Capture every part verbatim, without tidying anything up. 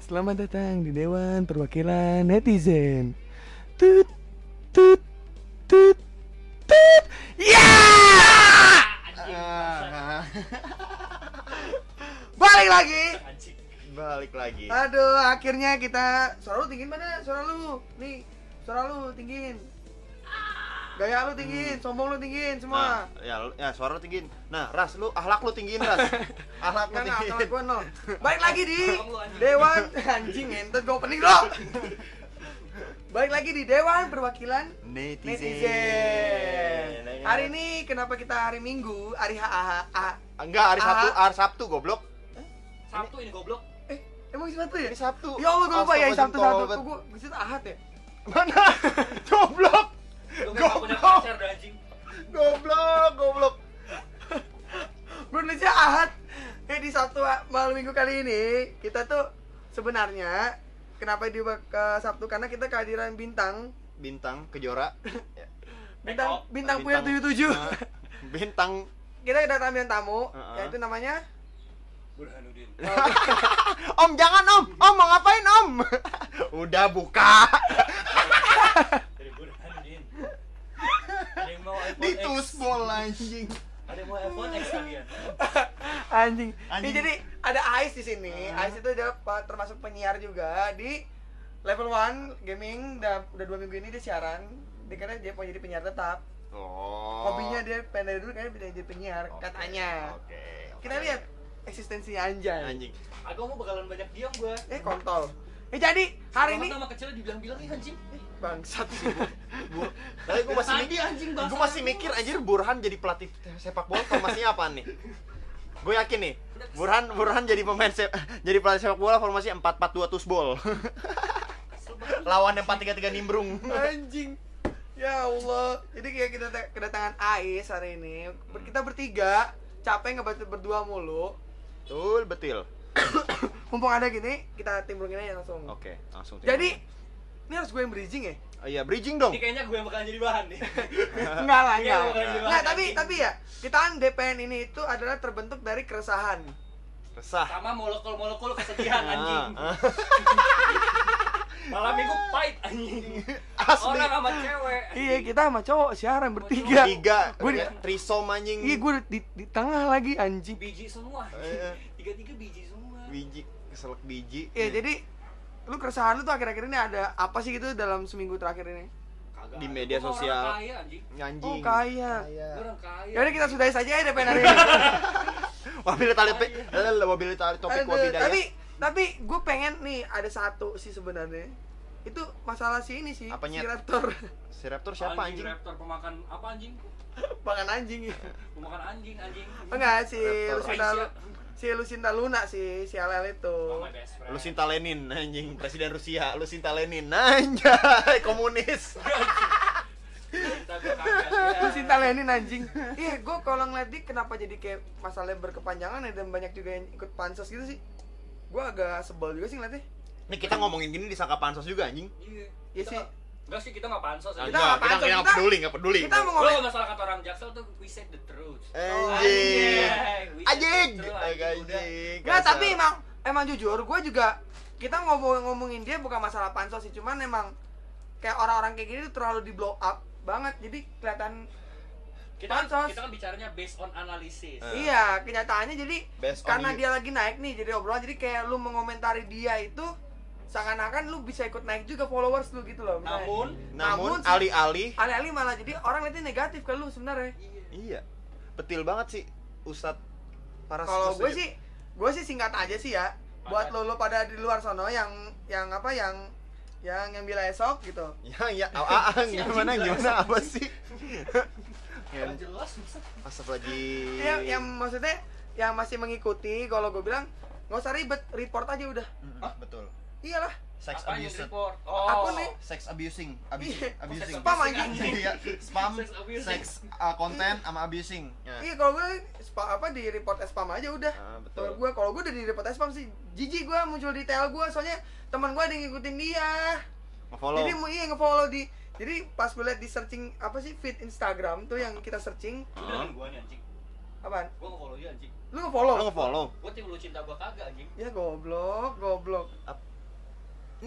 Selamat datang di Dewan Perwakilan Netizen. Tut tut tut tut. Ya! Ah, Balik lagi. balik lagi. Aduh, akhirnya kita. Suara lu tinggiin mana? Suara lu. Nih, suara lu tinggiin. Gaya lu tinggiin, sombong lu tinggiin semua. Nah, ya, ya suara lu tinggiin. Nah, Ras, lu ahlak lu tinggiin, Ras. Ahlak lu Enggak, enggak, tinggiin. kalau gua nol. Balik lagi di Dewan anjing entet gua opening dong. Balik lagi di Dewan Perwakilan Netizen. Netizen. Hari ini kenapa kita hari Minggu, hari H A H A? Enggak, hari Ah. Sabtu, hari Sabtu goblok. Sabtu ini goblok. Eh, emang Sabtu ya? Ini Sabtu. Ya Allah, gua lupa ya Sabtu Sabtu. Astagfirullahaladzim. Gua bisa Ahad ya? Mana? Goblok. Lu kayak gak punya Goblok. pacar dah anjing. Goblok, goblok. Gua nulisnya Ahad. Eh, di Sabtu malam Minggu kali ini kita tuh sebenarnya kenapa diubah ke Sabtu, karena kita kehadiran bintang Bintang kejora. bintang Backup. bintang punya tujuh tujuh. Nah, bintang. Kita kedatangan tamu, Uh-uh. yaitu namanya Burhanuddin. Om, jangan Om. Om mau ngapain Om? Udah buka. Dari Burhanuddin. Ada yang mau iPhone X. Ditusbol anjing. Ada yang mau iPhone X kalian. anjing. Anjing. Ini jadi ada Ais di sini. Uh. Ais itu dia pa- termasuk penyiar juga di Level One Gaming. Udah, udah dua minggu ini dia siaran. Dia kira dia mau jadi penyiar tetap. Oh. Hobinya dia pengen dari dulu kayaknya pengen jadi penyiar, Oke, katanya. Oke. Kita lihat eksistensi anjay. Anjing. Aku mau bakalan banyak diam gua. Eh, kontol. Eh, jadi hari ini sama kecilnya dibilang-bilang ih anjing. bangsat. Bu, tapi gue masih Tadi mikir, anjing bangsa. gue masih mikir anjir Burhan jadi pelatih sepak bola formasinya apaan nih? Gue yakin nih, Burhan Burhan jadi pemain se jadi pelatih sepak bola formasi empat empat dua tusbol. Lawan empat tiga tiga nimbrung. Anjing. Ya Allah. Jadi kayak kita te- kedatangan Ais hari ini. Ber- Kita bertiga capek ngebaca berdua mulu. Betul, betul. Mumpung ada gini, kita timbrungin aja langsung. Oke, langsung. Jadi, ini harus gue yang bridging ya? oh, iya bridging dong. Ini kayaknya gue yang bakalan jadi bahan nih. Enggak lah, Iya, enggak. bukan gimana, Enggak, tapi anjing. tapi ya, kita kan D P N ini itu adalah terbentuk dari keresahan. Resah. Sama molekul-molekul kesedihan anjing. Ah, ah. Malam minggu pahit anjing. Asli. Orang sama cewek. Iya, kita sama cowok siaran bertiga. Tiga, Gue di, trisom anjing. iya, gue di, di tengah lagi anjing. Biji semua. Eh, Tiga-tiga biji semua. Biji, keselak biji. Iya, jadi lu keresahan lu tuh akhir-akhir ini ada apa sih gitu dalam seminggu terakhir ini? Kagak Di ada. media Gua sosial. Orang kaya anjing. Anjing. Oh, kaya. Gua orang kaya. Ya udah kita sudahi saja ya D P N hari ini. Wabil tali eh wabil tali topik Aduh, wabidaya. tapi tapi gue pengen nih ada satu sih sebenarnya. Itu masalah si ini sih, Apanya? si Raptor. Si Raptor siapa anjing? Raptor pemakan apa anjing? Makan anjing. Pemakan anjing anjing. Enggak, si Raptor. Lucinta Aisyah. si Lucinta Luna sih, si Alel itu. Oh, my best friend. Lucinta Lenin anjing, presiden Rusia, Lucinta Lenin. Anjay, komunis. Cinta gua kagak ya. Lucinta Lenin anjing. Iya, gue kalau ngeliat dia kenapa jadi kayak masalahnya berkepanjangan ya, dan banyak juga yang ikut pansos gitu sih. Gue agak sebel juga sih ngeliatnya. Ini kita ngomongin gini disangka pansos juga anjing. Iya. Iya Kita sih. nggak- Enggak sih, kita enggak pansos. Kita anjing. nggak Enggak, kita pansos, nggak kita- peduli, nggak peduli. Kita mau Gua ngomongin kalau masalah kata orang Jaksel tuh we said the truth. Anjing. We said Anjing. the truth, anjing. Udah. Anjing. Nggak, kasar. tapi emang emang jujur gue juga, kita ngomong ngomongin dia bukan masalah pansos sih, cuman emang kayak orang-orang kayak gini tuh terlalu di blow up banget, jadi kelihatan Kita kan, Pansos. kita kan bicaranya based on analisis. Eh. iya kenyataannya. Jadi Based on karena you. dia lagi naik nih, jadi obrolan, jadi kayak lu mengomentari dia itu seakan-akan lu bisa ikut naik juga followers lu gitu loh misalnya. Namun, Namun sih, alih-alih alih-alih malah jadi orang lihatnya negatif ke lu sebenarnya. iya. Betul banget sih Ustadz Paras. Kalau gue setuju. sih, gue sih singkat aja sih ya, buat lo lo pada di luar sono yang yang apa yang yang yang bila esok gitu. Ya ya, ah, ah, Si gimana anjing gimana jelas. apa sih? nggak jelas bisa. Asap lagi. Iya, yang maksudnya yang masih mengikuti, kalau gue bilang nggak usah ribet, report aja udah. Mm, Hah? betul. Iyalah, Sex Apa yang abuse. report? Oh. Aku nih. Sex abusing, abusing, Iya. abusing. Spam anjing. Iya, spam, Sex abusing. sex uh, konten sama abusing. Ya. iya kalau gue spam apa di report spam aja udah. Ah, betul. Kalau gue kalau gue udah di report spam sih, jijik gue muncul di tel gue, soalnya teman gue ada yang ngikutin dia. Nge-follow. Jadi mau iya nge-follow di. Jadi pas gue liat di searching apa sih feed Instagram tuh yang kita searching, Udah dengan gua nih anjing. apaan? Gua nge-follow dia anjing. Lu nge-follow? Lo nge-follow. Gua tim lu cinta gua kagak anjing. Ya goblok, goblok. Ap-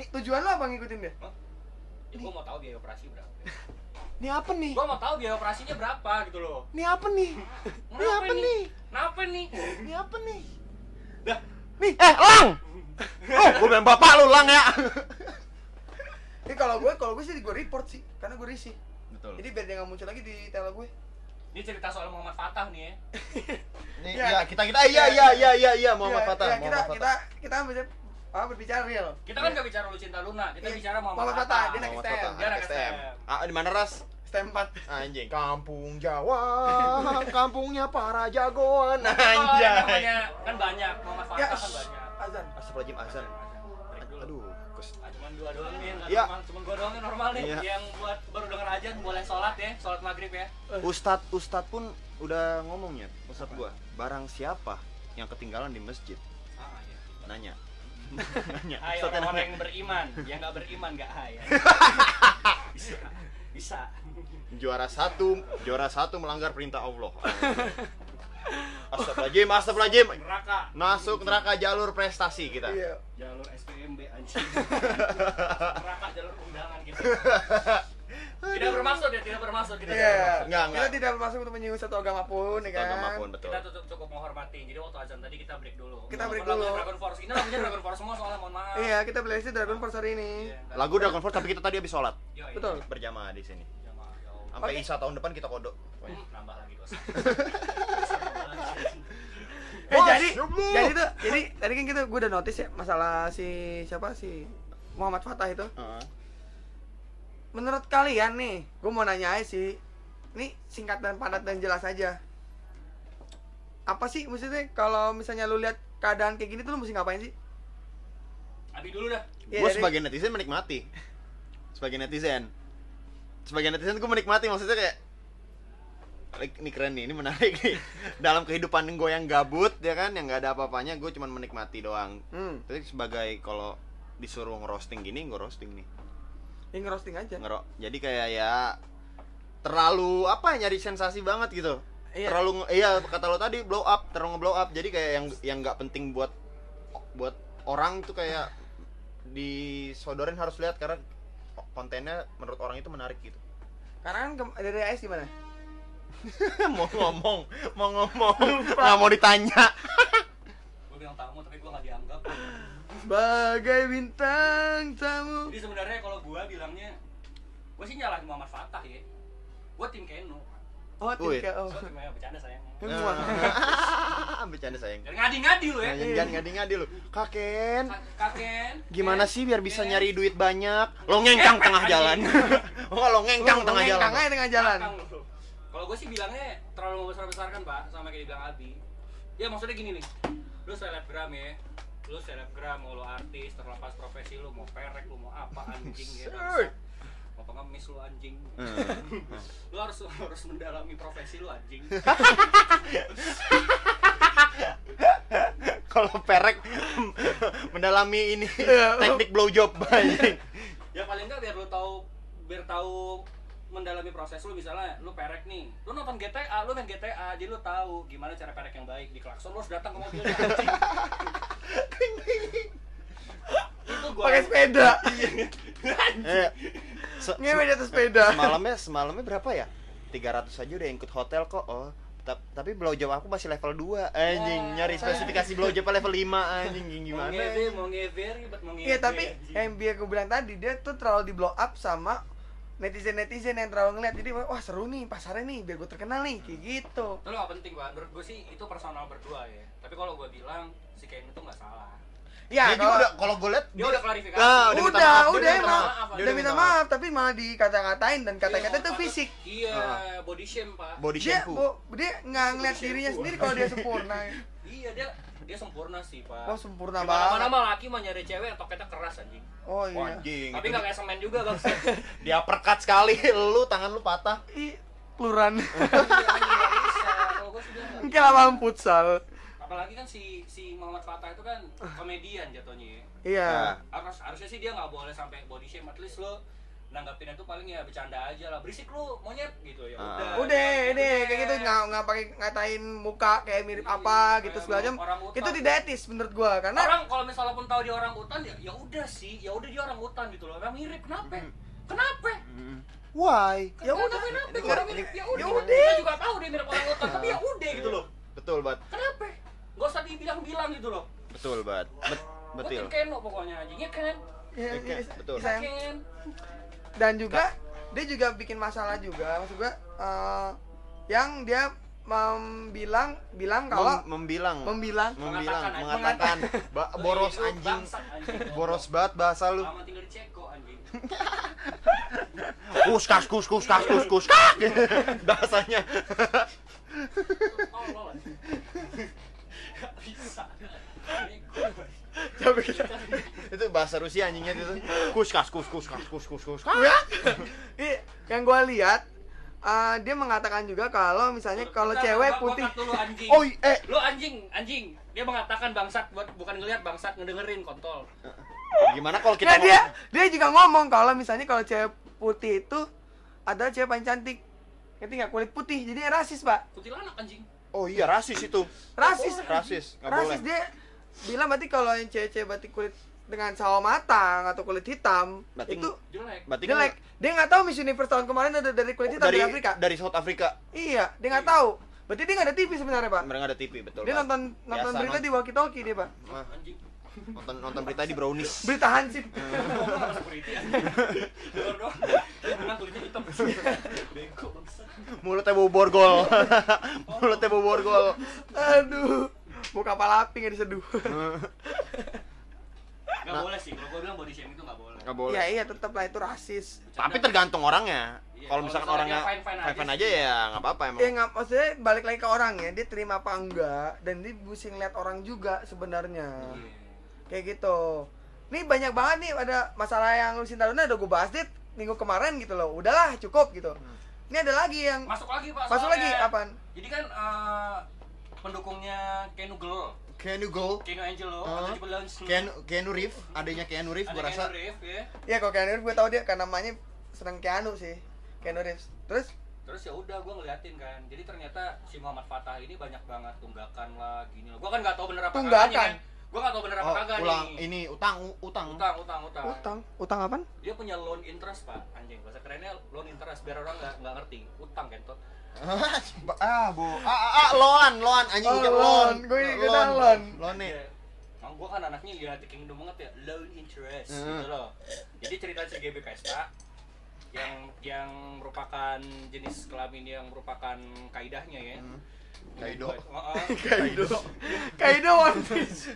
tujuan lo apa ngikutin dia? Hah? Ya gua mau tahu biaya operasi berapa. Ini apa nih? Gua mau tahu biaya operasinya berapa gitu loh. Ini apa nih? Ini apa nih? Kenapa nih? Ini apa nih? Dah, Nih, eh, Lang! Oh, gue bilang bapak lu, Lang ya. Ini kalau gue, kalau gue sih gue report sih, karena gue risih. Betul. Jadi biar dia nggak muncul lagi di tele gue. ini cerita soal Muhammad Fatah nih ya. Ini Ya. ya, kita kita iya iya iya iya iya Muhammad Iya, Fatah, iya, kita Muhammad kita Fatah. kita bisa apa berbicara real. Kita kan gak bicara lu cinta Luna, kita Iya. bicara Muhammad, Muhammad Fatah. Fatah, dia naik Muhammad S T M. Fatah, Dia anak anak S T M. S T M. Ah, di mana Ras? Step empat. Anjing, kampung Jawa, kampungnya para jagoan. Oh, Anjay. namanya kan banyak, Muhammad Fatah Ya, kan shh, banyak. azan. Astagfirullahaladzim, azan. Break dulu. Aduh, kus. Ah, cuman dua doang nih, nggak Iya. normal. Cuman gua doang nih normal nih. Iya. Yang buat baru denger aja boleh sholat ya, sholat maghrib ya. Ustad Ustad pun udah ngomongnya, Ustad gua. Barang siapa yang ketinggalan di masjid? Ah, iya. Nanya. Nanya. Hai Ustadnya orang-orang nanya. yang beriman, yang nggak beriman nggak hai. Ya. Bisa, bisa. Juara satu, juara satu melanggar perintah Allah. Astagfirullahaladzim, astagfirullahaladzim. Neraka. Masuk neraka jalur prestasi kita. Iya. Jalur S P M B anjing. Neraka jalur undangan gitu. Tidak bermaksud ya, tidak bermaksud kita. Iya. tidak Enggak, Kita enggak. tidak bermaksud untuk menyinggung satu agama pun, ya Satu kan? agama pun, betul. Kita tutup cukup menghormati. Jadi waktu azan tadi kita break dulu. Kita break Walaupun dulu. lagunya Dragon Force. Ini namanya Dragon Force semua soalnya mohon maaf. Iya, kita playlist Dragon Force hari ini. Iya, nggak- Lagu Dragon Force tapi kita tadi habis sholat Yoi. Betul. berjamaah di sini. Jamaah, ya Allah. Sampai Oke. Isa tahun depan kita kodok. Hmm, nambah lagi dosa. Eh Wah, jadi, syukur. jadi tuh, jadi tadi kan kita gue udah notice ya masalah si siapa si Muhammad Fatah itu. Heeh. Menurut kalian nih, gue mau nanya aja sih, ini singkat dan padat dan jelas aja. Apa sih maksudnya kalau misalnya lu lihat keadaan kayak gini tuh lu mesti ngapain sih? Abi dulu dah. Iya, Gue jadi- sebagai netizen menikmati. Sebagai netizen. Sebagai netizen gue menikmati, maksudnya kayak ini keren nih, ini menarik nih. Dalam kehidupan gue yang gabut ya kan, yang nggak ada apa-apanya, gue cuma menikmati doang. Hmm, Tapi sebagai kalau disuruh ngerosting gini, gue roasting nih. ini ngerosting aja. Ngero. Jadi kayak ya terlalu apa ya, nyari sensasi banget gitu. Iya. Terlalu nge- iya kata lo tadi blow up, terlalu nge-blow up. Jadi kayak yang yang nggak penting buat buat orang tuh kayak disodorin harus lihat karena kontennya menurut orang itu menarik gitu. Karena kan ke- dari A S gimana? Mau ngomong, mau ngomong, nggak mau ditanya. Gue bilang tamu tapi gue nggak dianggap. Bagai bintang tamu. Jadi sebenarnya kalau gue bilangnya, gue sih nyalahin Muhammad Fatah ya. Gue tim Keno. Oh, Wih. tidak. Oh. Gue timnya bercanda sayangnya. Semua. Bercanda sayang. Jangan ngadi-ngadi lu ya. Jangan ngadi-ngadi lu. Kaken, Ka- Kaken. gimana Ken, sih biar bisa Ken. nyari duit banyak? Lo ngengkang tengah jalan. Oh, lo ngengkang tengah jalan. Tengah tengah jalan. Ngangkang lu. Kalau gue sih bilangnya terlalu membesar-besarkan pak, sama kayak dibilang Abi. Ya maksudnya gini nih, lu selebgram ya, lu selebgram, mau lu artis, terlepas profesi lu, mau perek, lu mau apa anjing ya, bangsa. Mau pengemis lu anjing. Hmm. Lu harus harus mendalami profesi lu anjing. Kalau perek mendalami ini Iya. teknik blowjob anjing. Ya paling enggak biar lu tahu biar tahu mendalami proses lu, misalnya lu perek nih, lu nonton G T A, lu main G T A, jadi lu tahu gimana cara perek yang baik. Di klakson lu harus datang ke mobilnya anjing. Itu gua Pakai sepeda. Eh, se- Ngewe di atas sepeda. semalamnya semalamnya berapa ya? tiga ratus aja udah ikut hotel kok. Oh, ta- tapi blowjob aku masih level dua anjing. Wah. Nyari spesifikasi blowjob level lima anjing mau gimana? ngeve, mau ngever, ribet mau ngever. Iya, tapi anjing. yang biar gue bilang tadi dia tuh terlalu di blow up sama netizen-netizen yang terlalu ngeliat. Jadi wah seru nih pasarnya nih, biar gue terkenal nih kayak gitu. Itu gak penting pak, menurut gue sih itu personal berdua ya. Tapi kalau gue bilang si Ken itu nggak salah. Ya, Dia juga udah kalau gue liat Dia udah klarifikasi. Ah, udah, minta udah, maaf, dia udah minta emang maaf, dia udah udah minta minta maaf, tapi malah dikata-katain dan kata-kata Iya, itu kata- fisik. Iya, Ah. body shame pak. body Dia shampoo. bo- dia nggak ngeliat Body dirinya shampoo. sendiri kalau dia sempurna. Iya dia dia sempurna sih pak. Oh sempurna Mana banget. mah laki mah nyari cewek yang toketnya keras anjing. Oh Oh, iya. anjing. Tapi itu nggak kayak semen juga bang. dia perkat sekali lu tangan lu patah. Ih, peluran. Iya, anjing, nggak bisa. Kalau gue sih bilang nggak Mungkin lapangan futsal. apalagi kan si si Muhammad Fatah itu kan komedian jatuhnya ya. Iya. Nah, Harus harusnya sih dia nggak boleh sampai body shame, at least lo nanggapinnya tuh paling ya bercanda aja lah, berisik lu monyet gitu ya Ah. udah. Udah, Gitu ini deh. kayak gitu nggak nggak pakai ngatain muka kayak mirip apa Iya, gitu kayak segala macam. orang utan. Itu tidak etis menurut gua karena Orang kalau misalnya pun tahu dia orang utan ya ya udah sih, ya udah dia orang utan gitu loh. Emang mirip kenapa? Kenapa? Mm. Why? Ya Kenapa, udah. kenapa? Ini- Orang ini- mirip ya ya udah. udah. Kita juga tahu dia mirip orang utan, tapi ya udah gitu loh. Betul, Bat. Kenapa? Gak usah dibilang-bilang gitu loh. Betul, Bat. Bet betul. Gua Keno pokoknya anjing ya kan. ya, Oke, ya, betul. sayang. Ken. Dan juga dia juga bikin masalah juga maksud gua eh, yang dia membilang bilang kalau Mem- membilang membilang membilang Mengatakan, mengatakan ba- boros Lu anjing. bangsat, anjing. Boros banget bahasa lu. Lama tinggal di Ceko anjing. Kuskas kus kus kas kus kus kak. Bahasanya. Tolol anjing. Gak bisa. coba kita Itu bahasa Rusia anjingnya itu. Kuskas kus kus kas kus kus kus. Ih, yang gua lihat eh, dia mengatakan juga kalau misalnya kalau Bentar, cewek gua- gua putih cut dulu, anjing. Oh, eh. Lu anjing, anjing. Dia mengatakan bangsat buat bukan ngelihat bangsat ngedengerin kontol. Gimana kalau kita Nah, dia ngomong- dia juga ngomong kalau misalnya kalau cewek putih itu adalah cewek paling cantik. Ngerti nggak? Kulit putih, jadi rasis, Pak. Kuntilanak anjing. Oh iya, rasis itu. Rasis. Rasis, nggak Rasis boleh. dia bilang berarti kalau yang cewek-cewek berarti kulit dengan sawo matang atau kulit hitam Berarti itu Jelek. Berarti kan jelek. Dia nggak tahu Miss Universe tahun kemarin ada dari kulit hitam dari dari Afrika. dari South Africa. Iya, dia nggak tahu. Berarti dia nggak ada T V sebenarnya, Pak. Mereka ada T V, betul. Dia Pak. nonton nonton Biasa, berita non- di walkie-talkie dia, Pak. Mah, Anjing. nonton nonton berita di Brownies. Berita Hansip. Ngomong sama security anjing. Dengar doang. Dia menang kulitnya hitam. Bego bangsat. Mulutnya bau borgol. Mulutnya bau borgol. Aduh. Mau kapal api nggak diseduh. Gak Nah. boleh sih, kalau gua bilang body shaming itu gak boleh. Nggak boleh. Ya iya tetap lah itu rasis. Tapi tergantung orangnya. Iya, Kalau kalau misalkan misalnya orangnya dia fine-fine aja fine-fine sih. aja ya nggak apa-apa emang. Ya nggak maksudnya balik lagi ke orangnya dia terima apa enggak dan dia mesti ngeliat orang juga sebenarnya. Iya. Kayak gitu. Nih banyak banget nih ada masalah yang Lucinta Luna udah gue bahas dit minggu kemarin gitu loh. Udahlah cukup gitu. Ini ada lagi yang Masuk lagi, Pak. masuk soalnya. lagi apaan? Jadi kan eh, pendukungnya Keanu Girl, Keanu Go, Keanu Angelo, Uh, atau Jebel Lawrence. Keanu Keanu Reeves, adanya Keanu Reeves Ada gua rasa. Keanu Reeves ya. Ya kalau Keanu Reeves gue tau dia karena namanya seneng Keanu sih. Keanu Reeves. Terus Terus ya udah gue ngeliatin kan. Jadi ternyata si Muhammad Fatah ini banyak banget tunggakan lah gini lah. Gue kan nggak tahu bener apa Tunggakan? kagaknya. Gue nggak tahu bener apa Oh, kagak ulang nih. ini utang u- utang. Utang, utang, utang. utang, utang apaan? Dia punya loan interest, Pak. Anjing, bahasa kerennya loan interest biar orang nggak nggak ngerti. Utang kan tuh. ah, Bu. Ah, ah, ah, loan, loan anjing Oh, bukan loan. loan. Gua ikutan loan. Loan nih. Ya, emang gue kan anaknya United Kingdom banget ya, loan interest Hmm. gitu loh. Jadi cerita si G B Pesta yang yang merupakan jenis kelamin yang merupakan kaidahnya ya. Hmm. Kaido. Heeh. Kaido. Kaido One Piece.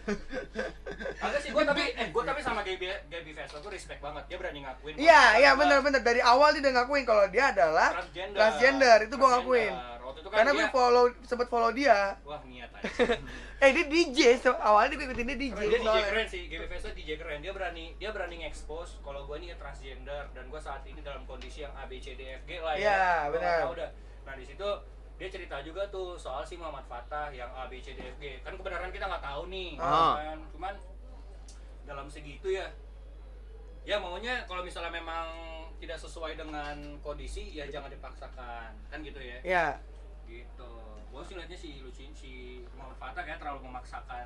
Agak sih gue tapi eh gue tapi sama Gaby Gaby Vespa gue respect banget. Dia berani ngakuin. Iya, kalau iya dia benar-benar dari awal dia udah ngakuin kalau dia adalah transgender. transgender. Itu gua ngakuin. Transgender. Waktu itu kan Karena dia, gue follow sempet follow dia. wah niat aja. Eh dia D J se- awalnya gue ikutin dia D J. Dia D J soalnya. keren sih, G B Vespa D J keren. Dia berani dia berani nge-expose kalau gue ini transgender dan gue saat ini dalam kondisi yang A B C D F G lah ya. Iya, Gua nggak benar. tahu dah. Nah, di situ dia cerita juga tuh soal si Muhammad Fatah yang A B C D F G. Kan kebenaran kita nggak tahu nih, Ah. kan. Cuman dalam segitu ya. Ya maunya kalau misalnya memang tidak sesuai dengan kondisi ya jangan dipaksakan. Kan gitu ya. Iya. Gitu. Gue sih liatnya si Lucin si Muhammad Fatah kayak terlalu memaksakan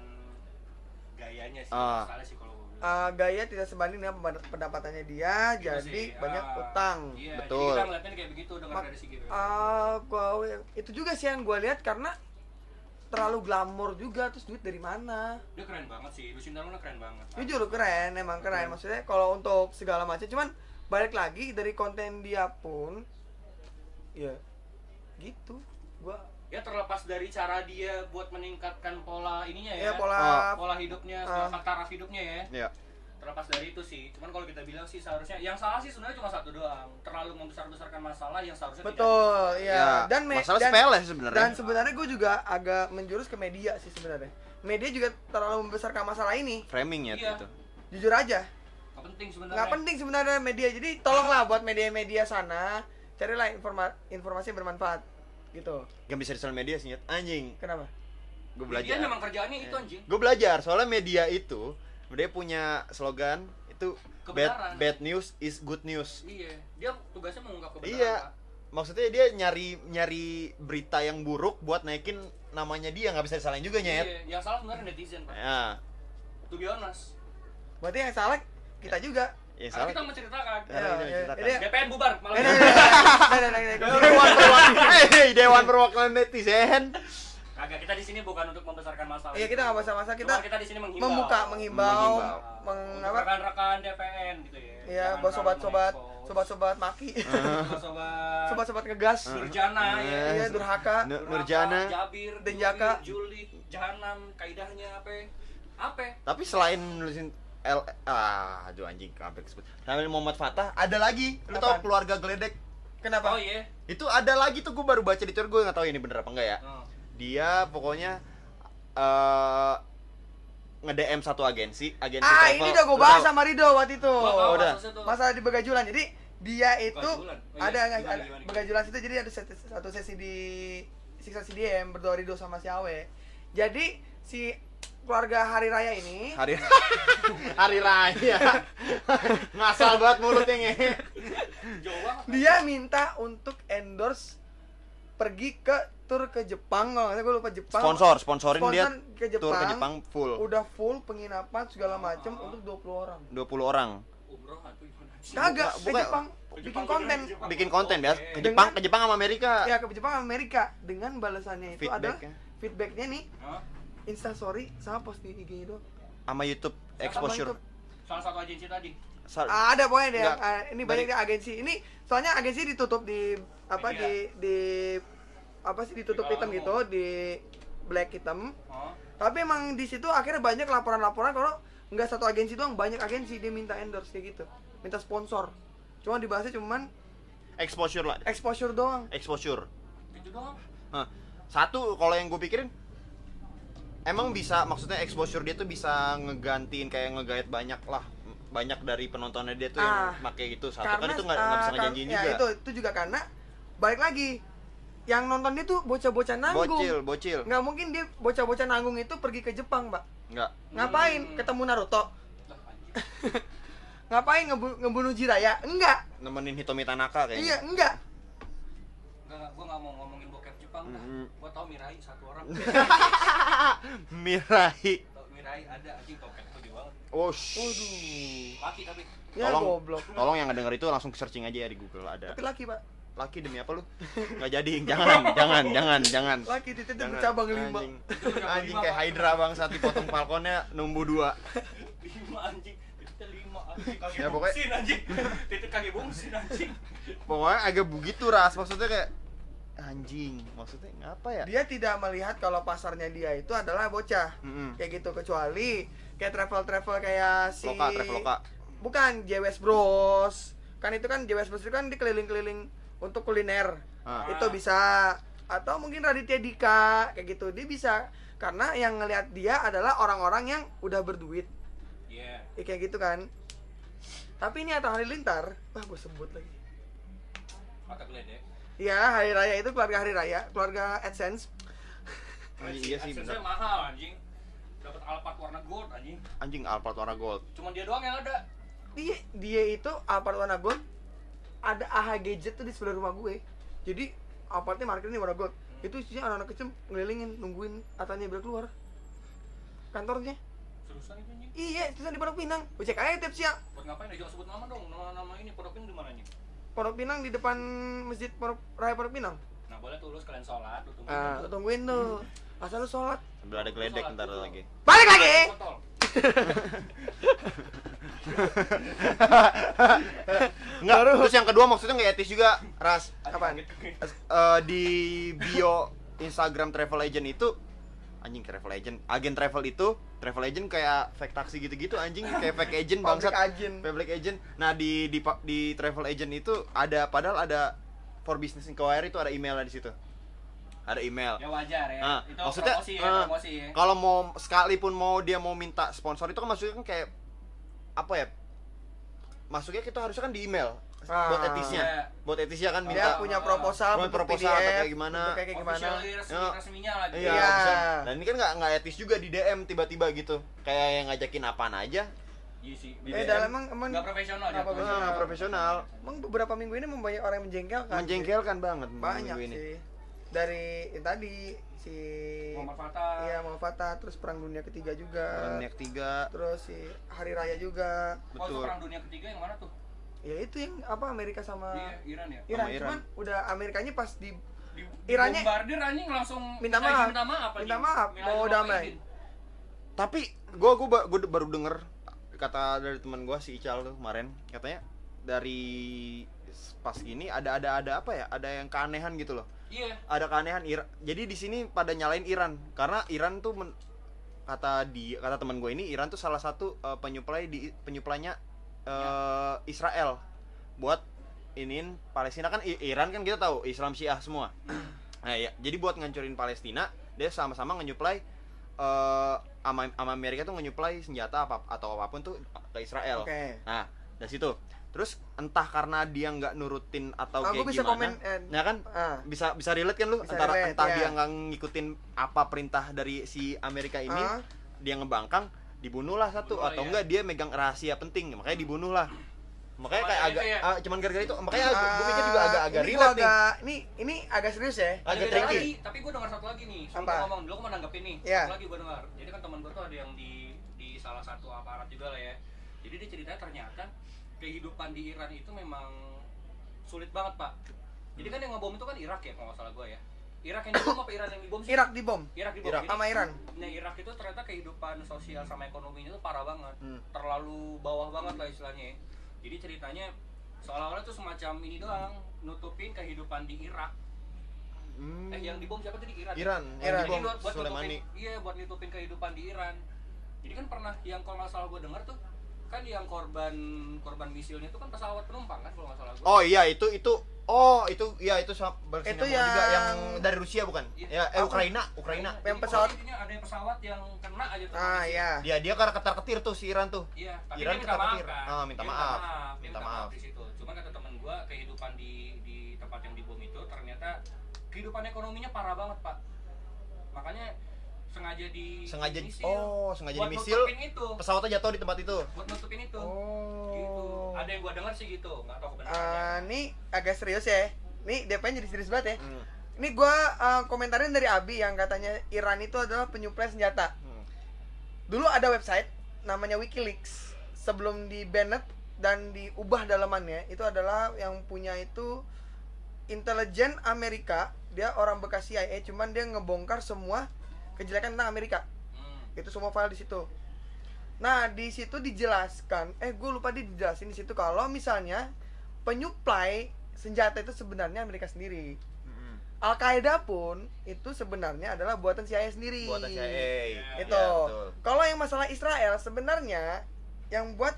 gayanya sih. Ah. Masalah sih kalau gue bilang. Uh, gaya tidak sebanding dengan pemad- pendapatannya dia, Gitu jadi sih. banyak Ah, utang. Iya, Betul. jadi kita ngeliatnya kayak begitu dengar Mak- dari si G B. Uh, gua itu juga sih yang gue lihat karena terlalu glamor juga terus duit dari mana? Dia keren banget sih, Lucinta Luna keren banget. Jujur keren, emang keren. Maksudnya kalau untuk segala macam, cuman balik lagi dari konten dia pun, ya gitu. Gua Ya terlepas dari cara dia buat meningkatkan pola ininya ya. ya pola pola hidupnya, Ah. uh, taraf hidupnya ya. Iya. Terlepas dari itu sih. Cuman kalau kita bilang sih seharusnya yang salah sih sebenarnya cuma satu doang. Terlalu membesar-besarkan masalah yang seharusnya betul, tidak. ya. Ya, Dan me- masalah dan, sepele sih sebenarnya. dan sebenarnya gue juga agak menjurus ke media sih sebenarnya. Media juga terlalu membesarkan masalah ini. Framing ya Iya. itu. Jujur aja, Nggak penting sebenarnya. nggak penting sebenarnya media. Jadi tolonglah buat media-media sana carilah informa- informasi yang bermanfaat gitu. Gak bisa di sosial media sih, Nyet. Anjing. Kenapa? Gue Dia belajar. memang kerjaannya itu anjing. Gue belajar soalnya media itu dia punya slogan itu bad Kebenaran. bad news is good news. Iya, dia tugasnya mengungkap kebenaran. Iya. Pak. Maksudnya dia nyari nyari berita yang buruk buat naikin namanya dia, nggak bisa disalahin juga nyet. Iya, yang salah sebenarnya netizen, Pak. Ya, To be honest. Berarti yang salah kita juga. ya Karena salah. kita menceritakan. Ya, kita menceritakan. Iya. D P N bubar malam Eh, ini. nah, nah, nah, nah, nah, nah. Dewan perwakilan, hey, Dewan Perwakilan Netizen. Kagak, kita di sini bukan untuk membesarkan masalah. Iya, kita nggak masa-masa, kita Cuma kita di sini menghimbau. membuka, menghimbau, Menghimbau. meng Untuk apa? rekan-rekan D P N gitu ya. Iya, Jangan buat sobat-sobat, terlalu sobat-sobat maki, mengekspos. Sobat-sobat. sobat-sobat ngegas, Nurjana ya. iya, durhaka, Nur- Durhaka, Nurjana. Jabir, Denjaka. Julid, Jahanam, kaidahnya apa? Apa? Tapi selain nulisin L ah, aduh anjing hampir kesebut. Namanya Muhammad Fatah, ada lagi. Lu tahu Apaan? keluarga Geledek? kenapa? Oh iya. Itu ada lagi tuh, gue baru baca di Twitter, gue nggak tahu ini bener apa enggak ya. Oh. Dia pokoknya eh nge-D M satu agensi, agensi Ah, travel. ini udah gue Lu bahas tahu? sama Rido waktu itu. Gua tahu udah. kasusnya tuh. Masalah di Begajulan. Jadi dia itu Begajulan? Oh, iya. ada nggak Gimana, ada gimana, gimana? Begajulan situ, jadi ada satu, satu sesi di siksa C D M berdua Rido sama si Awe. Jadi si keluarga hari raya ini Hari Hari Raya. Ngasal banget mulutnya nge. Jauh banget. dia minta untuk endorse pergi ke tur ke Jepang, kalau nggak salah gue lupa Jepang. Sponsor, sponsorin dia Sponsor ke Jepang, tur ke Jepang full. Udah full penginapan segala macem untuk dua puluh orang. dua puluh orang. Umroh atau gimana sih? Kagak, ke bukan- Jepang Ke bikin Jepang, konten. ke Jepang. Bikin konten biasa Oke. ke Jepang, Dengan- ke Jepang sama Amerika. Ya ke Jepang Amerika dengan balasannya itu adalah Feedback-nya. feedbacknya nih Hah? Instastory sama post di I G itu. Sama YouTube Sama exposure. YouTube. Salah satu agensi tadi. Sa- Ah, ada pokoknya deh. Enggak. Ah, ini banyak Dari- deh agensi. Ini soalnya agensi ditutup di apa Media. di di apa sih ditutup Di hitam kalangan gitu di black hitam. Oh. Tapi emang di situ akhirnya banyak laporan-laporan kalau nggak satu agensi doang, banyak agensi dia minta endorse kayak gitu, minta sponsor. Cuma dibahasnya cuman exposure lah. exposure doang. Exposure. Itu doang. Hah. Satu kalau yang gue pikirin emang bisa, maksudnya exposure dia tuh bisa ngegantiin kayak ngegait banyak lah, banyak dari penontonnya dia tuh Ah, yang pakai gitu. Satu kan itu nggak nggak ah, bisa kar- ngejanjiin ya, juga. itu itu juga karena balik lagi yang nonton dia tuh bocah-bocah nanggung. Bocil, bocil. Nggak mungkin dia bocah-bocah nanggung itu pergi ke Jepang, Pak. Nggak. Ngapain? Hmm. Ketemu Naruto? Lah, anjing. Ngapain ngebu- ngebunuh Jiraiya? Enggak. Nemenin Hitomi Tanaka kayaknya. Iya, enggak. Enggak, enggak, gua enggak mau ngomongin bokep Jepang dah. Mm-mm. Gua tau Mirai satu orang. Mirai. Tau Mirai ada anjing topeng gede banget. Oh, sh- Waduh. Laki tapi Ya tolong, goblok. tolong yang ngedenger itu langsung searching aja ya di Google ada. Tapi laki, Pak. Laki demi apa lu? Nggak jadi, jangan, jangan, jangan, jangan. Laki titik Jangan. bercabang lima. Anjing, anjing kayak Hydra bang, saat dipotong falconnya numbuh dua. lima anjing. Titiknya lima anjing kaki Ya, pokoknya- bungsin anjing. Titik kaki bungsin anjing. Pokoknya agak begitu ras, maksudnya kayak anjing, maksudnya ngapa ya? Dia tidak melihat kalau pasarnya dia itu adalah bocah. Mm-mm. Kayak gitu, kecuali kayak travel-travel kayak si Loka, Traveloka. Bukan, J W S Bros. Kan itu kan J W S Bros itu kan di keliling-keliling untuk kuliner. Ah. Itu bisa, atau mungkin Raditya Dika kayak gitu. Dia bisa karena yang ngelihat dia adalah orang-orang yang udah berduit. Iya. Ya, kayak gitu kan. Tapi ini Atta Halilintar, wah gue sebut lagi. Mata geledek. Iya, hari raya itu keluarga hari raya, keluarga AdSense. Anjing, iya sih Aksennya bener. mahal anjing. Dapat Alphard warna gold anjing. Anjing Alphard warna gold. Cuman dia doang yang ada. Dia dia itu Alphard warna gold. Ada A H Gadget tuh di sebelah rumah gue. Jadi Alphardnya marketnya warna gold. Itu isinya anak-anak kecil ngelilingin nungguin Atanya biar keluar kantornya. Seriusan itu anjing. Iya, itu di Pondok Pinang. Gue cek aja tiap siang. Buat ngapain ya? Jangan sebut nama dong. Nama-nama ini Pondok ini di mana anjing? Pondok Pinang di depan Masjid Pondok Raya Pondok Pinang. Nah, boleh tuh lu sekalian sholat, lu tunggu. Ah, lu tungguin tuh. Asal lu sholat. Sambil ada geledek ntar lagi. Balik lagi. Kontol. Enggak, terus yang kedua maksudnya nggak etis juga, Ras. Apaan? Eh, di bio Instagram travel agent itu anjing travel agent, agen travel itu travel agent kayak fake taksi gitu-gitu anjing, kayak fake agent bangsat. Public agent. Public agent. Nah, di di pa- di travel agent itu ada, padahal ada for business inquiry itu ada emailnya di situ. Ada email. Ya wajar ya. Nah, itu maksudnya promosi ya, eh, promosi ya. kalau mau sekalipun mau dia mau minta sponsor itu kan maksudnya kan kayak apa ya? Masuknya kita harusnya kan di email Ah. buat etisnya. Iya. Buat etisnya kan Dia minta punya proposal buat bentuk proposal P D F, atau kayak gimana. bentuk kayak gimana. Official resmi, Ya. resminya lagi. Iya. Iya. bisa. Dan ini kan nggak nggak etis juga di D M tiba-tiba gitu. Kayak yang ngajakin apaan aja. Iya sih. Eh, dalam emang emang nggak profesional nggak jatuhnya. profesional. Nah, profesional. Emang beberapa minggu ini memang banyak orang yang menjengkelkan. Menjengkelkan banget Banyak minggu ini. sih. Dari yang tadi si Muhammad Fatah. Iya, Muhammad Fatah, terus perang dunia ketiga juga. Perang Dunia Ketiga. Terus si hari raya juga. Oh, itu Betul. perang dunia ketiga yang mana tuh? Ya itu yang apa Amerika sama Iya, Iran ya. Iran. Sama Iran. Cuman udah Amerikanya pas di Di, Irannya- dibombardir anjing langsung minta minta izin maaf. minta maaf Minta anjing. maaf, Minta mau izin, damai. izin. Tapi gua gua, ba- gua baru denger kata dari teman gua si Ical tuh kemarin, katanya dari pas gini ada ada ada apa ya? Ada yang keanehan gitu loh. Iya. Ada keanehan Iran. Jadi di sini pada nyalain Iran karena Iran tuh men- kata di kata teman gue ini Iran tuh salah satu uh, penyuplai di penyuplainya uh, Israel buat iniin Palestina. Kan I- Iran kan kita tahu Islam Syiah semua. Nah ya, jadi buat ngancurin Palestina dia sama-sama ngenyuplai uh, ama, ama Amerika tuh ngenyuplai senjata apa atau apapun tuh ke Israel. Oke. Nah dari situ terus entah karena dia nggak nurutin atau Ah, kayak gua bisa gimana, komen, eh, ya kan ah. bisa bisa relate kan lu Bisa antara relate, entah ya. dia nggak ngikutin apa perintah dari si Amerika ini, Ah. dia ngebangkang, dibunuhlah satu Dibunuh lah, atau ya. enggak dia megang rahasia penting, makanya dibunuh lah. Makanya Oh, kayak ya, agak itu ya. ah, cuman gara-gara itu makanya gue pikir juga agak-agak ini gua relate nih. agak, ini ini agak serius ya. Agak Ada beda tricky. lagi, tapi gue dengar satu lagi nih. Sebelum Apa? gua ngomong dulu, gue mau nanggepin nih. Iya. Satu lagi gue dengar. Jadi kan teman gue tuh ada yang di di salah satu aparat juga lah ya. Jadi dia ceritanya ternyata kehidupan di Iran itu memang sulit banget, Pak. Jadi kan yang ngebom itu kan Irak ya, kalau nggak salah gue ya. Irak yang dibom apa Iran yang dibom sih? Irak dibom. Irak dibom. Irak. Jadi, Sama Iran. Nah, Irak itu ternyata kehidupan sosial sama ekonominya itu parah banget. Hmm. Terlalu bawah banget lah istilahnya. Jadi ceritanya seolah-olah tuh semacam ini doang, nutupin kehidupan di Irak. Hmm. Eh yang dibom siapa tadi? Iran. ya? Iran, yang Iran. dibom Jadi buat, buat Soleimani. nutupin, iya buat nutupin kehidupan di Iran. Jadi kan pernah yang kalau nggak salah gue dengar tuh kan yang korban korban misilnya itu kan pesawat penumpang kan kalau nggak salah gue. Oh iya itu itu oh itu iya itu sama Itu juga yang- yang dari Rusia bukan? Iya. Ya eh Apa? Ukraina, Ukraina. Yang Jadi pesawat- pokoknya intinya ada yang pesawat yang kena aja tuh. Ah misil. iya. Dia dia karena ketar-ketir tuh si Iran tuh. Iya, tapi Iran dia minta maaf ketar-ketir. kan. Ah, minta Dia maaf. Dia Minta minta maaf maaf. di situ. Cuman kata temen gua kehidupan di di tempat yang dibom itu ternyata kehidupan ekonominya parah banget, Pak. Makanya sengaja di Sengaja di misil, oh, sengaja buat di misil. nutupin itu. Pesawatnya jatuh di tempat itu. Buat nutupin itu. Oh. Gitu. Ada yang gua dengar sih gitu, nggak tahu Ah, kebenarannya. ini agak serius ya. Nih D P-nya jadi serius banget ya. Hmm. Ini gua uh, komentarin dari Abi yang katanya Iran itu adalah penyuplai senjata. Hmm. Dulu ada website namanya WikiLeaks. Sebelum di banned dan diubah dalamannya, itu adalah yang punya itu intelijen Amerika. Dia orang bekas C I A, cuman dia ngebongkar semua kejelekan tentang Amerika. Hmm. Itu semua file di situ. Nah, di situ dijelaskan, eh gue lupa dia dijelasin di situ kalau misalnya penyuplai senjata itu sebenarnya Amerika sendiri. Hmm. Al-Qaeda pun itu sebenarnya adalah buatan C I A sendiri. Buatan C I A. Iya, Itu. Ya, betul. Kalau yang masalah Israel sebenarnya yang buat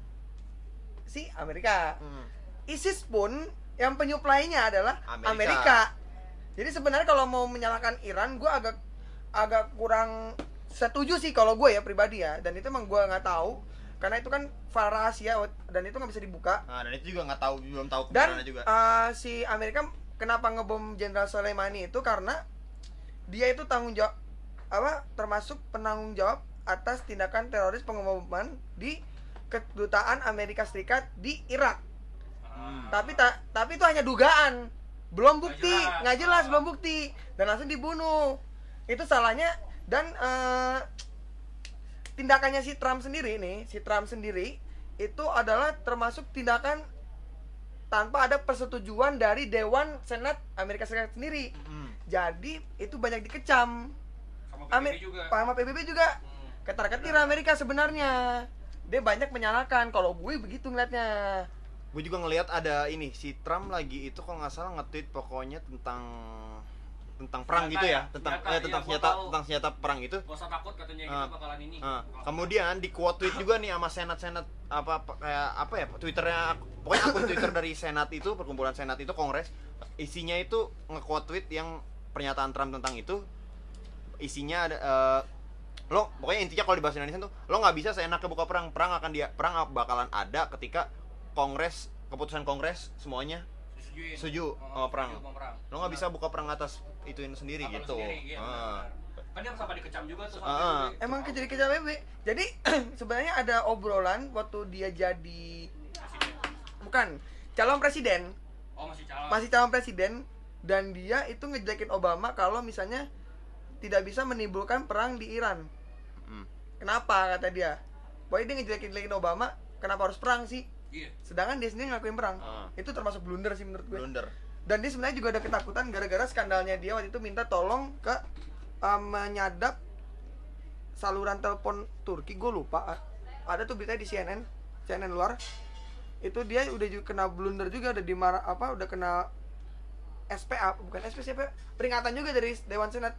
si Amerika. Hmm. ISIS pun yang penyuplainya adalah Amerika. Amerika. Jadi sebenarnya kalau mau menyalahkan Iran, gue agak agak kurang setuju sih kalau gue ya pribadi ya. Dan itu emang gue nggak tahu karena itu kan file rahasia dan itu nggak bisa dibuka. Nah, dan itu juga nggak tahu belum tahu Dan kebenarannya juga. uh, si Amerika kenapa ngebom Jenderal Soleimani itu karena dia itu tanggung jawab apa termasuk penanggung jawab atas tindakan teroris pengeboman di kedutaan Amerika Serikat di Irak. Ah. Tapi tak tapi itu hanya dugaan. Belum Nggak bukti, jelas. nggak jelas, Ah. belum bukti dan langsung dibunuh. Itu salahnya dan uh, tindakannya si Trump sendiri nih, si Trump sendiri itu adalah termasuk tindakan tanpa ada persetujuan dari Dewan Senat Amerika Serikat sendiri. Hmm. Jadi itu banyak dikecam. Sama P B B Amer- juga. sama P B B juga. Hmm. Ketar-ketir Amerika sebenarnya. Dia banyak menyalahkan. Kalau gue begitu ngeliatnya. Gue juga ngelihat ada ini si Trump lagi itu kalau nggak salah nge-tweet pokoknya tentang tentang perang Senjata gitu ya, ya? tentang Senjata, eh, iya, tentang gua senjata tahu. tentang senjata perang itu. Gak usah takut katanya Ah. gitu bakalan ini. Nah, Kalau- kemudian di quote tweet juga nih sama senat-senat apa, apa kayak apa ya Twitternya pokoknya akun Twitter dari senat itu perkumpulan senat itu kongres isinya itu nge-quote tweet yang pernyataan Trump tentang itu isinya ada eh, lo pokoknya intinya kalau di bahasa Indonesia tuh lo nggak bisa seenaknya buka perang perang akan dia perang bakalan ada ketika kongres keputusan kongres semuanya Disetujuin. setuju Oh, sama perang. setuju sama perang. lo nggak bisa buka perang atas ituin sendiri Apa lu gitu sendiri, iya, Ah. benar. Kan dia sampai dikecam juga tuh Ah. sama B B. Emang kejar-kejar B B. Jadi sebenarnya ada obrolan waktu dia jadi Presiden. bukan calon presiden, Oh, masih calon. masih calon presiden, dan dia itu ngejelekin Obama kalau misalnya tidak bisa menimbulkan perang di Iran. Hmm. Kenapa kata dia? Pokoknya dia ngejelekin Obama, kenapa harus perang sih? Iya. Sedangkan dia sendiri ngelakuin perang. Ah. Itu termasuk blunder sih menurut gue. Blunder. Dan dia sebenarnya juga ada ketakutan gara-gara skandalnya dia waktu itu minta tolong ke uh, menyadap saluran telepon Turki, gue lupa. Ada tuh berita di C N N, C N N luar. Itu dia udah juga kena blunder juga, udah dimarah apa, udah kena S P A, bukan S P siapa? Peringatan juga dari Dewan Senat.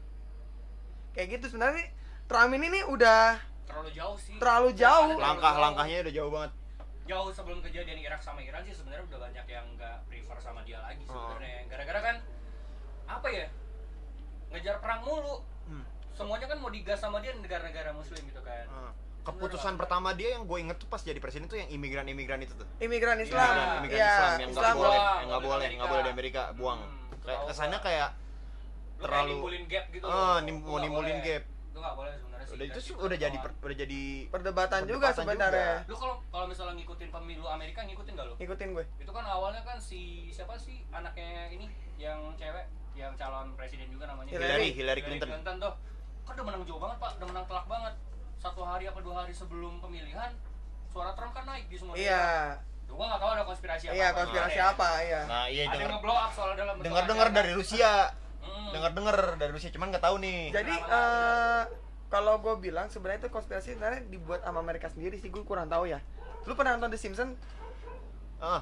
Kayak gitu sebenarnya nih, Trump ini nih udah Terlalu jauh sih. Terlalu jauh. Terlalu Langkah-langkahnya udah jauh banget. jauh sebelum kejadian Irak sama Iran sih sebenarnya udah banyak yang nggak prefer sama dia lagi Oh. sebenarnya. Gara-gara kan apa ya? Ngejar perang mulu. Hmm. Semuanya kan mau digas sama dia negara-negara muslim gitu kan. Ah. Keputusan pertama dia yang gue inget tuh pas jadi presiden tuh yang imigran-imigran itu tuh. imigran Iya, Islam. Imigran Ya, Islam yang nggak Islam. boleh, buang, yang nggak nggak boleh, di nggak boleh di Amerika. Amerika, buang. Hmm, Kayak tahu, kesannya Pak. kayak Lu terlalu- kayak nimbulin gap gitu. Ah, loh. nim- Lu mau nggak nimbulin boleh. gap. Lu nggak boleh sebenarnya sih. udah itu Kayak tuh gitu udah jadi doang. per- udah jadi Perdebatan juga Perdebatan sebenarnya. juga. Lu kalau kalau misalnya ngikutin pemilu Amerika ngikutin gak lu? Ikutin gue. Itu kan awalnya kan si siapa sih anaknya ini yang cewek yang calon presiden juga namanya Hillary. Hillary Clinton. tuh kan udah menang jauh banget pak, udah menang telak banget. Satu hari apa dua hari sebelum pemilihan suara Trump kan naik di semua daerah. Iya. Tuh, gua nggak tahu ada konspirasi apa. Iya, konspirasi apa, iya. Nah, iya Ada yang dengar nge-blow up soalnya dalam bentuk dengar-dengar acara. dari Rusia. Hmm. Dengar-dengar dari Rusia, cuman nggak tahu nih. Jadi eh kalau gue bilang sebenarnya itu konspirasi sebenarnya dibuat sama Amerika sendiri sih, gue kurang tahu ya. Lu pernah nonton The Simpsons? Ah,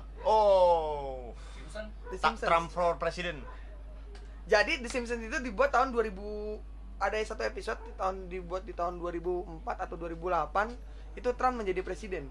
oh. Simpson. The Ta- Simpsons. Trump for president. Jadi The Simpsons itu dibuat tahun dua ribu, ada satu episode di tahun dibuat di tahun dua ribu empat atau dua ribu delapan, itu Trump menjadi presiden.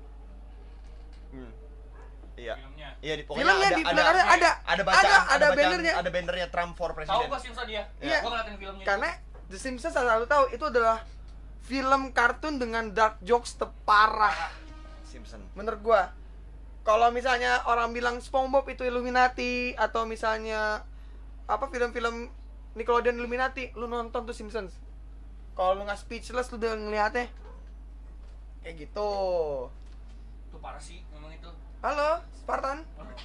Hmm. Iya. Filmnya. Iya, di, pokoknya Filmnya ada, di ada, belakangnya ada ada bacaan, ada, ada bacaan- bannernya. ada bannernya Trump for Tahu president. gua Simpson dia? Iya. Gua ngeliatin filmnya. Karena The Simpsons saya selalu tahu itu adalah film kartun dengan dark jokes terparah Simpson. menurut gua. Kalau misalnya orang bilang SpongeBob itu Illuminati atau misalnya apa film-film Nickelodeon Illuminati, lu nonton tuh Simpsons. Kalau lu nggak speechless lu udah ngeliatnya kayak gitu. Tuh parah sih memang itu. Halo, Spartan.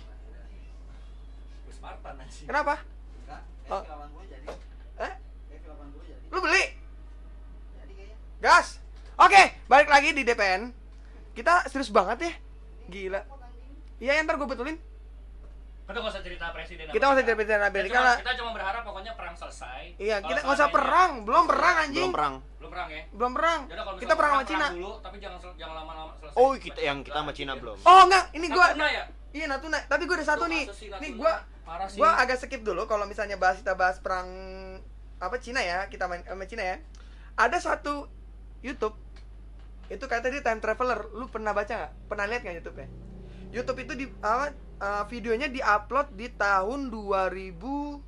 Gue Spartan anjing. Kenapa? Enggak, Oh. F delapan puluh jadi. Eh? F delapan puluh jadi. Lu beli? Jadi kayaknya. Gas. Oke, balik lagi di D P N. Kita serius banget ya. Gila. Iya, ntar gue betulin. Kita nggak usah cerita presiden. Kita nggak usah cerita presiden Kita Amerika cuma- lah. Kita cuma berharap pokoknya perang selesai. Iya, Kalau kita nggak usah seandainya- perang. Belum perang anjing. Belum perang. Belum perang ya. Belum perang. Yaudah, kalau Kita misalnya perang sama Cina. dulu, tapi jangan sel- jangan lama-lama selesai. Oh, kita yang kita sama Cina belum. Oh enggak, ini gua Natuna ya? Iya Natuna, tapi gua ada satu Tuh, nih. kasus si Nih Natuna. gua Parah sih. gua agak skip dulu kalau misalnya bahas kita bahas perang apa Cina ya, kita main sama Cina ya. Ada satu YouTube itu kata dia time traveler. Lu pernah baca nggak? Pernah lihat nggak YouTube-nya? YouTube itu di apa uh, videonya diupload di tahun dua ribu,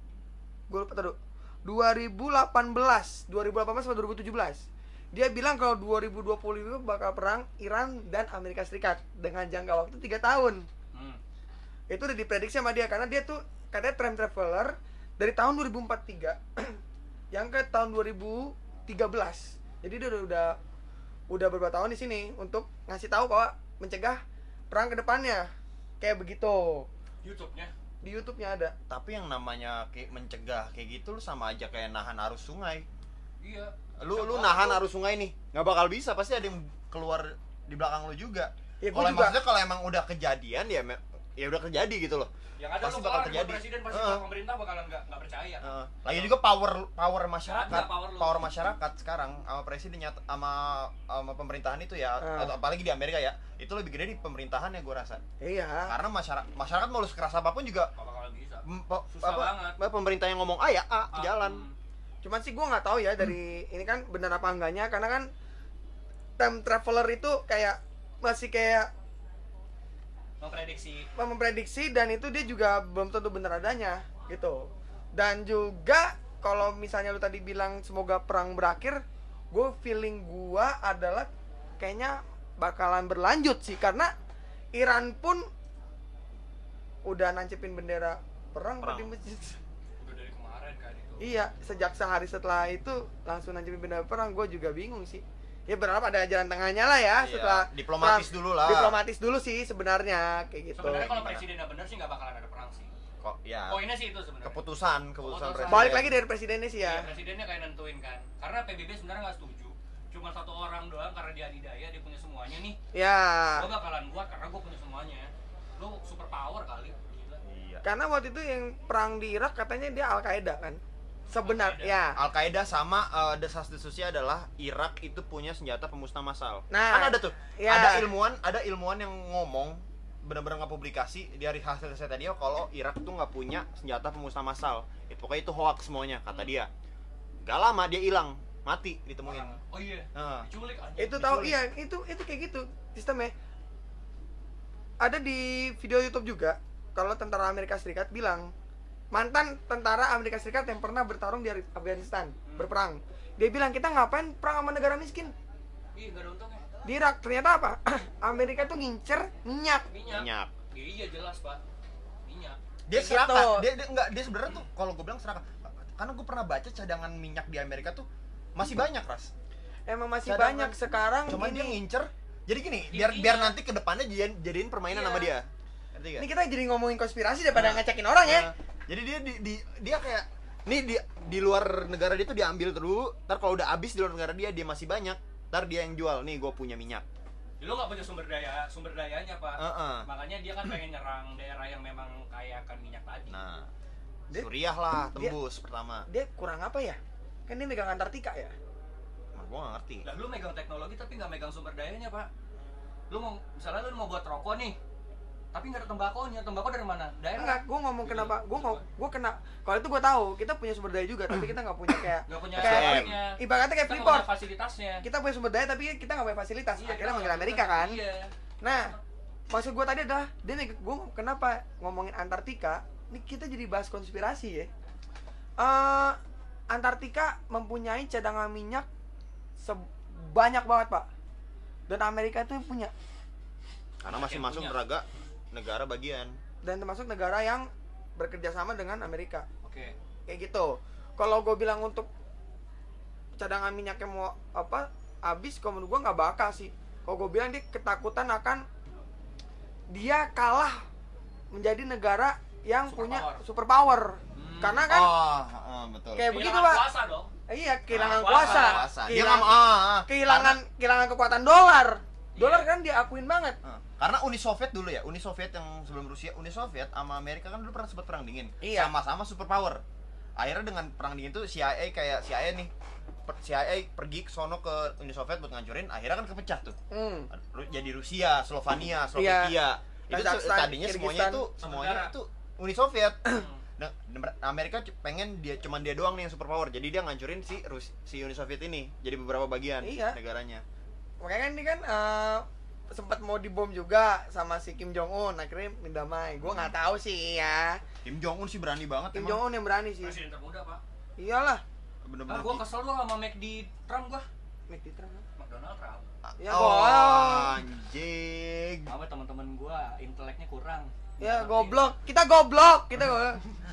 gue lupa taruh dua ribu delapan belas dua ribu delapan belas atau dua ribu tujuh belas. Dia bilang kalau dua ribu dua puluh itu bakal perang Iran dan Amerika Serikat dengan jangka waktu tiga tahun. Hmm. Itu udah diprediksi sama dia karena dia tuh katanya time traveler dari tahun dua ribu empat puluh tiga yang ke tahun dua ribu tiga belas. Jadi dia udah udah, udah beberapa tahun di sini untuk ngasih tahu bahwa mencegah perang ke depannya. Kayak begitu. YouTube-nya. Di YouTube-nya ada. Tapi yang namanya kayak mencegah kayak gitu lu sama aja kayak nahan arus sungai. Iya. Lu lu Bisa nahan banget. arus sungai nih, nggak bakal bisa, pasti ada yang keluar di belakang lu juga. Ya, gua Kalau juga. maksudnya kalau emang udah kejadian ya me- ya udah terjadi gitu loh. Yang ada Pasti lu bakal kelar, terjadi. buat presiden pasti Heeh. pemerintah bakalan nggak nggak percaya. Heeh. Lagi juga power power masyarakat, Nggak ada power power, lu. masyarakat sekarang sama presidennya sama sama pemerintahan itu ya, Ah. atau apalagi di Amerika ya, itu lebih gede di pemerintahan ya gue rasa. Iya. Karena masyarakat masyarakat mau lu sekeras apapun juga Nggak bakalan bisa. m- pe- Susah banget. pemerintah yang ngomong A ya A, Ah, jalan. hmm. Cuman sih gue nggak tahu ya dari ini kan benar apa enggaknya karena kan time traveler itu kayak masih kayak Memprediksi. memprediksi dan itu dia juga belum tentu benar adanya gitu. Dan juga kalau misalnya lu tadi bilang semoga perang berakhir, gue feeling gua adalah kayaknya bakalan berlanjut sih karena Iran pun udah nancepin bendera perang, Perang. di masjid. Udah dari kemarin kan itu. Iya, sejak sehari setelah itu langsung nanti benda perang, gue juga bingung sih. Ya berharap ada jalan tengahnya lah ya, Iya, setelah diplomatis perang- dulu lah. Diplomatis dulu sih sebenarnya kayak gitu. Sebenarnya kalau Gimana? presidennya bener sih nggak bakalan ada perang sih. Kok ya Poinnya sih itu sebenarnya. keputusan, keputusan Keputusan. presiden. Balik lagi dari presidennya sih Ya, ya. presidennya kayak nentuin kan. Karena P B B sebenarnya nggak setuju. Cuma satu orang doang karena dia adidaya, dia punya semuanya nih. Ya. Gue bakalan buat karena gue punya semuanya. Lu super power kali. Gila. Iya. Karena waktu itu yang perang di Irak katanya dia Al-Qaeda kan. Sebenarnya Al-Qaeda. ya. Al-Qaeda sama uh, desas-desusnya adalah Irak itu punya senjata pemusnah massal. Nah, kan ada tuh, ya. ada ilmuwan, ada ilmuwan yang ngomong benar-benar nggak publikasi dari hasil risetnya dia kalau Irak tuh nggak punya senjata pemusnah massal. Itu pokoknya itu hoax semuanya kata Hmm. dia. Gak lama dia hilang, mati ditemuin. Orang. Oh iya. Nah, Diculik anjing. Itu tahu diculik. iya, itu itu kayak gitu sistemnya. Ada di video YouTube juga kalau tentara Amerika Serikat bilang mantan tentara Amerika Serikat yang pernah bertarung di Afghanistan, Hmm. berperang. Dia bilang kita ngapain perang sama negara miskin? Ih, nggak ada untungnya. Di Irak ternyata apa? Amerika tuh ngincer minyak. Minyak. minyak. Iya jelas, Pak. Minyak. Dia Kayak serakah. gitu. Dia, dia enggak dia sebenarnya tuh kalau gue bilang serakah. Karena gue pernah baca cadangan minyak di Amerika tuh masih banyak, Ras. Emang masih Cadangan. banyak sekarang Cuman dia ini. ngincer. Jadi gini, biar Intinya- biar nanti ke depannya jadiin, jadiin permainan Iya. sama dia. Ngerti gak? Ini kita jadi ngomongin konspirasi daripada Nah. ngecekin orang ya. Nah, jadi dia di, di dia kayak nih di di luar negara dia tuh diambil terus, ntar kalau udah habis di luar negara dia dia masih banyak, ntar dia yang jual, nih gue punya minyak. Lu nggak punya sumber daya, sumber dayanya, Pak. Heeh. Makanya dia kan pengen nyerang daerah yang memang kaya akan minyak tadi. Nah, Dia- Suriah lah dia- tembus pertama. Dia kurang apa ya? Kan dia megang Antartika ya. Nah, gue gak ngerti. Lah lu megang teknologi tapi nggak megang sumber dayanya, Pak. Lu mau misalnya lu mau buat rokok nih. Tapi nggak ada tembakonya. Tembakau dari mana? Daerah. Enggak, gue ngomong Gitu. kenapa? Gue ngomong, gue kena. Kalau itu gue tahu, kita punya sumber daya juga, tapi kita nggak punya kayak Nggak punya kayak alatnya. ibaratnya kayak Kita nggak Freeport. punya fasilitasnya. Kita punya sumber daya tapi kita nggak punya fasilitas. Iya, Akhirnya kita manggil nggak Amerika punya- kan. Iya. Nah, maksud gue tadi adalah dia gue kenapa ngomongin Antartika? Ini kita jadi bahas konspirasi ya. Eh, Antartika mempunyai cadangan minyak sebanyak banget pak. Dan Amerika itu punya. Karena masih Yang masuk punya. negara negara bagian. Dan termasuk negara yang bekerja sama dengan Amerika. Oke. Kayak gitu. Kalau gue bilang untuk cadangan minyaknya mau apa habis, kalau menurut gue nggak bakal sih. Kalau gue bilang dia ketakutan akan dia kalah menjadi negara yang Super punya power. super power. Hmm. Karena kan Oh, heeh, betul. kayak begitu Kehilangan pak. kuasa dong. Eh, iya kehilangan Nah, kuasa, Kuasa. Dia Kehilang- nggak mau ah, ah. kehilangan kehilangan kekuatan dolar. Dolar Iya. kan diakuin banget. Heeh. Karena Uni Soviet dulu ya, Uni Soviet yang sebelum Rusia, Uni Soviet sama Amerika kan dulu pernah sempat perang dingin. Iya. Sama-sama superpower. Akhirnya dengan perang dingin itu C I A kayak C I A nih. per- C I A pergi ke sono ke Uni Soviet buat ngancurin, akhirnya kan kepecah tuh. Hmm. Ru- Jadi Rusia, Slovenia, Slovakia. Itu se- Kazakhstan, tadinya semuanya Kyrgyzstan. itu semuanya Negara. itu Uni Soviet. Nah, Amerika c- pengen dia cuman dia doang nih yang superpower. Jadi dia ngancurin si Rus si Uni Soviet ini jadi beberapa bagian Iya. negaranya. Makanya kan ini kan eh, sempat mau dibom juga sama si Kim Jong Un, akhirnya damai. Gue nggak tahu sih ya. Kim Jong Un sih berani banget Kim emang. Jong Un yang berani sih. Presiden termuda, Pak. Iyalah. Ah, Bener-bener. gua kesel gua sama McD Trump gua. McD Trump. McDonald Trump. Ya, oh, gua- anjing. Sama teman-teman gua inteleknya kurang. Ya goblok, kita goblok, kita goblok.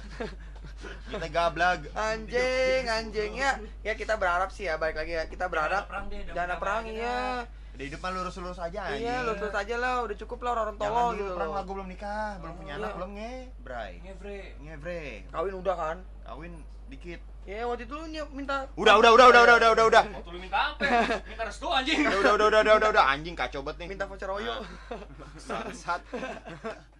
Kita gablag. Anjing, anjing ya. Ya kita berharap sih ya, balik lagi ya. Kita berharap perang deh, jangan ada perang damai-damai iya. Di hidup mah lurus-lurus aja anjing. Iya, lurus aja lah, udah cukup lah orang Jangan tolol dulu gitu perang loh. lah, gua belum nikah, belum punya Iya. anak, belum nge, bray. Ngevre. Ngevre. Kawin udah kan? Kawin dikit. Ya waktu itu lu ny- minta Udah, udah, udah, udah, udah, udah, udah, udah. Waktu lu minta apa? Minta restu anjing. Udah, udah, udah, udah, udah, udah, anjing kacau banget nih. minta voucher Oyo. Bangsat.